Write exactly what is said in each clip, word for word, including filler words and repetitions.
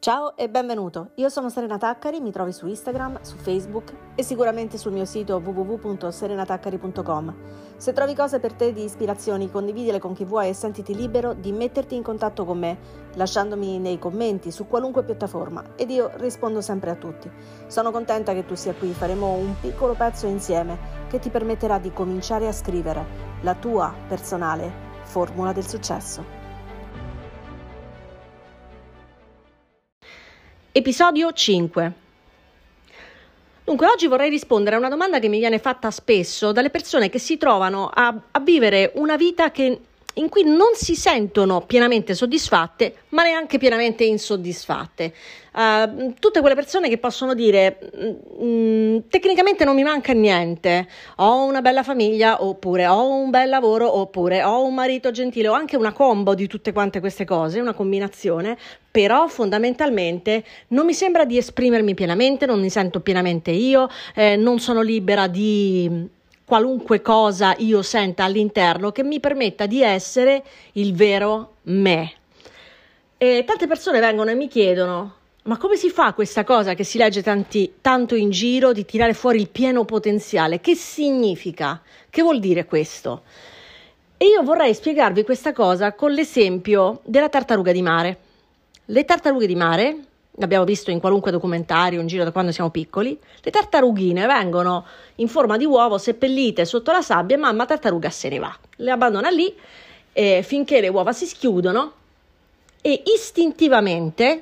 Ciao e benvenuto, io sono Serena Taccari, mi trovi su Instagram, su Facebook e sicuramente sul mio sito w w w punto serena taccari punto com. Se trovi cose per te di ispirazioni, condividile con chi vuoi e sentiti libero di metterti in contatto con me, lasciandomi nei commenti su qualunque piattaforma ed io rispondo sempre a tutti. Sono contenta che tu sia qui, faremo un piccolo pezzo insieme che ti permetterà di cominciare a scrivere la tua personale formula del successo. Episodio cinque. Dunque, oggi vorrei rispondere a una domanda che mi viene fatta spesso dalle persone che si trovano a, a vivere una vita che, in cui non si sentono pienamente soddisfatte, ma neanche pienamente insoddisfatte. Uh, tutte quelle persone che possono dire mm, tecnicamente non mi manca niente, ho una bella famiglia, oppure ho un bel lavoro, oppure ho un marito gentile, ho anche una combo di tutte quante queste cose, una combinazione, però fondamentalmente non mi sembra di esprimermi pienamente, non mi sento pienamente io, eh, non sono libera di qualunque cosa io senta all'interno che mi permetta di essere il vero me. E tante persone vengono e mi chiedono: ma come si fa questa cosa che si legge tanti, tanto in giro, di tirare fuori il pieno potenziale? Che significa? Che vuol dire questo? E io vorrei spiegarvi questa cosa con l'esempio della tartaruga di mare. Le tartarughe di mare, l'abbiamo visto in qualunque documentario in giro da quando siamo piccoli, le tartarughine vengono in forma di uovo seppellite sotto la sabbia e mamma tartaruga se ne va. Le abbandona lì eh, finché le uova si schiudono e istintivamente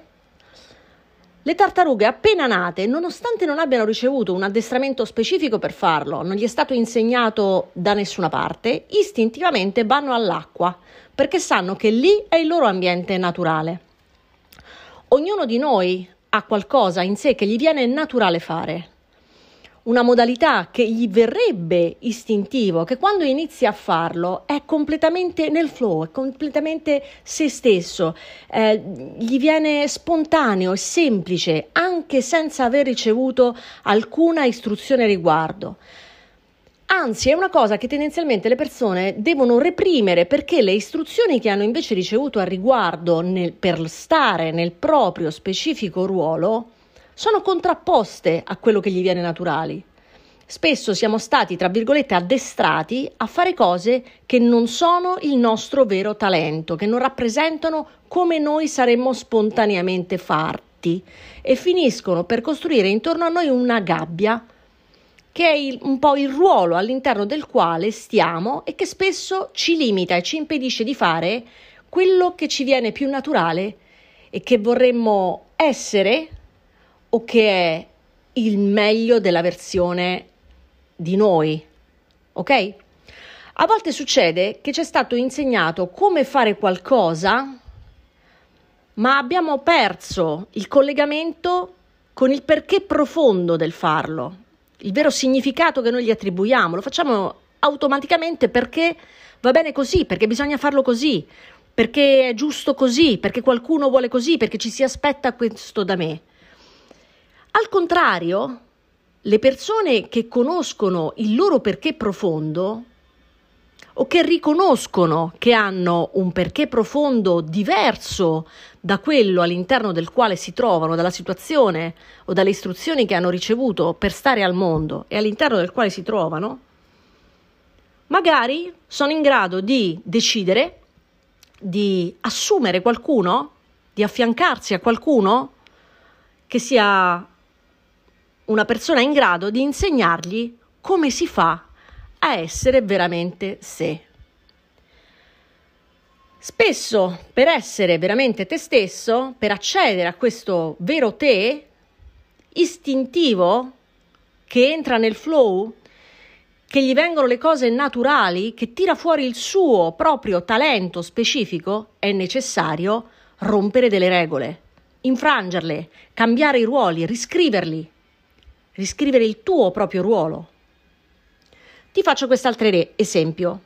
le tartarughe appena nate, nonostante non abbiano ricevuto un addestramento specifico per farlo, non gli è stato insegnato da nessuna parte, istintivamente vanno all'acqua perché sanno che lì è il loro ambiente naturale. Ognuno di noi ha qualcosa in sé che gli viene naturale fare, una modalità che gli verrebbe istintivo, che quando inizia a farlo è completamente nel flow, è completamente se stesso, eh, gli viene spontaneo e semplice, anche senza aver ricevuto alcuna istruzione a riguardo. Anzi, è una cosa che tendenzialmente le persone devono reprimere perché le istruzioni che hanno invece ricevuto a riguardo nel, per stare nel proprio specifico ruolo sono contrapposte a quello che gli viene naturali. Spesso siamo stati, tra virgolette, addestrati a fare cose che non sono il nostro vero talento, che non rappresentano come noi saremmo spontaneamente fatti e finiscono per costruire intorno a noi una gabbia che è il, un po' il ruolo all'interno del quale stiamo e che spesso ci limita e ci impedisce di fare quello che ci viene più naturale e che vorremmo essere o che è il meglio della versione di noi, ok? A volte succede che ci è stato insegnato come fare qualcosa, ma abbiamo perso il collegamento con il perché profondo del farlo. Il vero significato che noi gli attribuiamo, lo facciamo automaticamente perché va bene così, perché bisogna farlo così, perché è giusto così, perché qualcuno vuole così, perché ci si aspetta questo da me. Al contrario, le persone che conoscono il loro perché profondo o che riconoscono che hanno un perché profondo diverso da quello all'interno del quale si trovano, dalla situazione o dalle istruzioni che hanno ricevuto per stare al mondo e all'interno del quale si trovano, magari sono in grado di decidere di assumere qualcuno, di affiancarsi a qualcuno che sia una persona in grado di insegnargli come si fa a essere veramente sé. Spesso, per essere veramente te stesso, per accedere a questo vero te istintivo che entra nel flow, che gli vengono le cose naturali, che tira fuori il suo proprio talento specifico, è necessario rompere delle regole, infrangerle, cambiare i ruoli, riscriverli, riscrivere il tuo proprio ruolo. Ti faccio quest'altro esempio.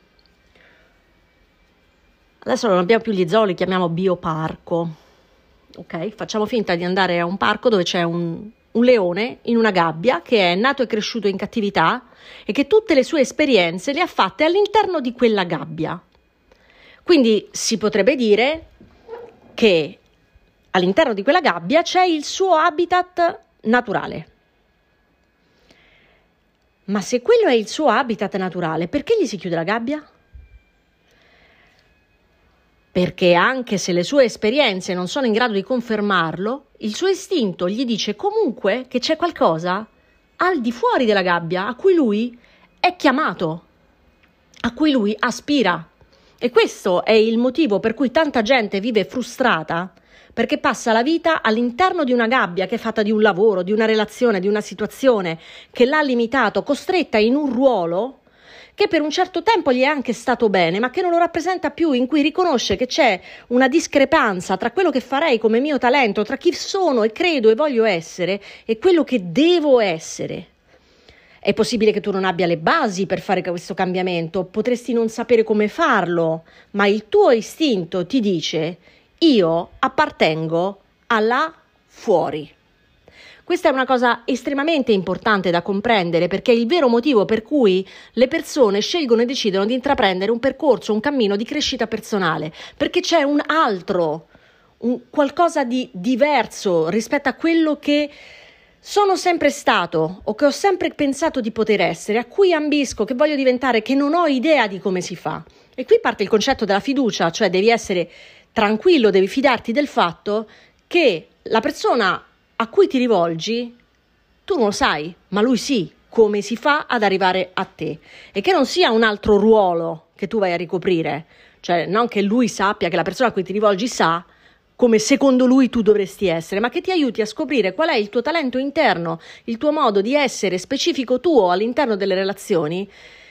Adesso non abbiamo più gli zoo, li chiamiamo bioparco. Ok? Facciamo finta di andare a un parco dove c'è un, un leone in una gabbia che è nato e cresciuto in cattività e che tutte le sue esperienze le ha fatte all'interno di quella gabbia. Quindi si potrebbe dire che all'interno di quella gabbia c'è il suo habitat naturale. Ma se quello è il suo habitat naturale, perché gli si chiude la gabbia? Perché anche se le sue esperienze non sono in grado di confermarlo, il suo istinto gli dice comunque che c'è qualcosa al di fuori della gabbia a cui lui è chiamato, a cui lui aspira. E questo è il motivo per cui tanta gente vive frustrata, perché passa la vita all'interno di una gabbia che è fatta di un lavoro, di una relazione, di una situazione che l'ha limitato, costretta in un ruolo che per un certo tempo gli è anche stato bene, ma che non lo rappresenta più, in cui riconosce che c'è una discrepanza tra quello che farei come mio talento, tra chi sono e credo e voglio essere e quello che devo essere. È possibile che tu non abbia le basi per fare questo cambiamento, potresti non sapere come farlo, ma il tuo istinto ti dice: io appartengo alla fuori. Questa è una cosa estremamente importante da comprendere, perché è il vero motivo per cui le persone scelgono e decidono di intraprendere un percorso, un cammino di crescita personale, perché c'è un altro, un qualcosa di diverso rispetto a quello che sono sempre stato o che ho sempre pensato di poter essere, a cui ambisco, che voglio diventare, che non ho idea di come si fa. E qui parte il concetto della fiducia, cioè devi essere tranquillo, devi fidarti del fatto che la persona a cui ti rivolgi, tu non lo sai, ma lui sì, come si fa ad arrivare a te, e che non sia un altro ruolo che tu vai a ricoprire, cioè non che lui sappia, che la persona a cui ti rivolgi sa come secondo lui tu dovresti essere, ma che ti aiuti a scoprire qual è il tuo talento interno, il tuo modo di essere specifico tuo all'interno delle relazioni,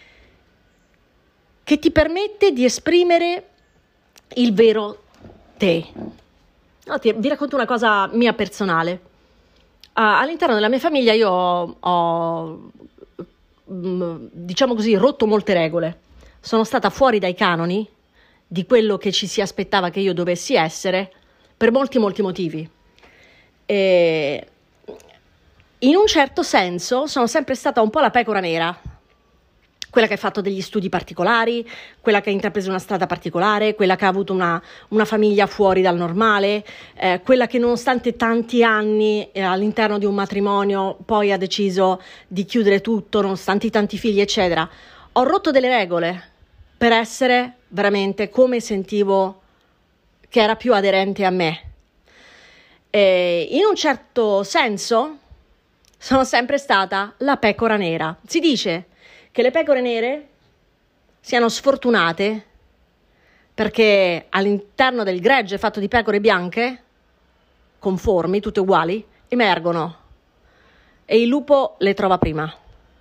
che ti permette di esprimere il vero te. No, ti, vi racconto una cosa mia personale. Uh, all'interno della mia famiglia io ho, ho, diciamo così, rotto molte regole. Sono stata fuori dai canoni di quello che ci si aspettava che io dovessi essere per molti, molti motivi. E in un certo senso sono sempre stata un po' la pecora nera, quella che ha fatto degli studi particolari, quella che ha intrapreso una strada particolare, quella che ha avuto una, una famiglia fuori dal normale, eh, quella che nonostante tanti anni eh, all'interno di un matrimonio poi ha deciso di chiudere tutto, nonostante i tanti figli, eccetera. Ho rotto delle regole per essere veramente come sentivo che era più aderente a me. E in un certo senso sono sempre stata la pecora nera. Si dice che le pecore nere siano sfortunate perché all'interno del gregge fatto di pecore bianche, conformi, tutte uguali, emergono e il lupo le trova prima.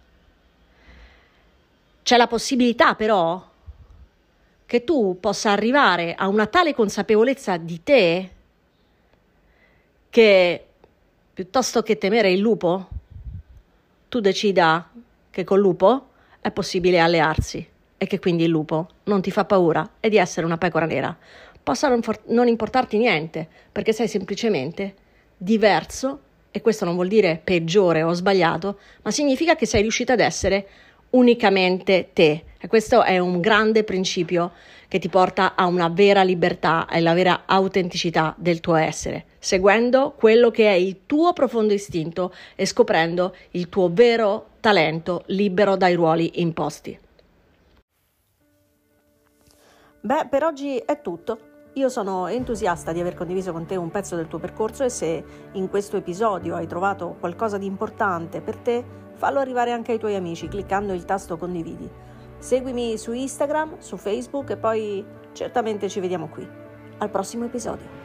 C'è la possibilità però che tu possa arrivare a una tale consapevolezza di te che piuttosto che temere il lupo, tu decida che col lupo è possibile allearsi e che quindi il lupo non ti fa paura e di essere una pecora nera possa non, for- non importarti niente, perché sei semplicemente diverso, e questo non vuol dire peggiore o sbagliato, ma significa che sei riuscita ad essere unicamente te, e questo è un grande principio che ti porta a una vera libertà e la vera autenticità del tuo essere, seguendo quello che è il tuo profondo istinto e scoprendo il tuo vero talento libero dai ruoli imposti. Beh, per oggi è tutto. Io sono entusiasta di aver condiviso con te un pezzo del tuo percorso, e se in questo episodio hai trovato qualcosa di importante per te, fallo arrivare anche ai tuoi amici cliccando il tasto condividi. Seguimi su Instagram, su Facebook e poi certamente ci vediamo qui. Al prossimo episodio.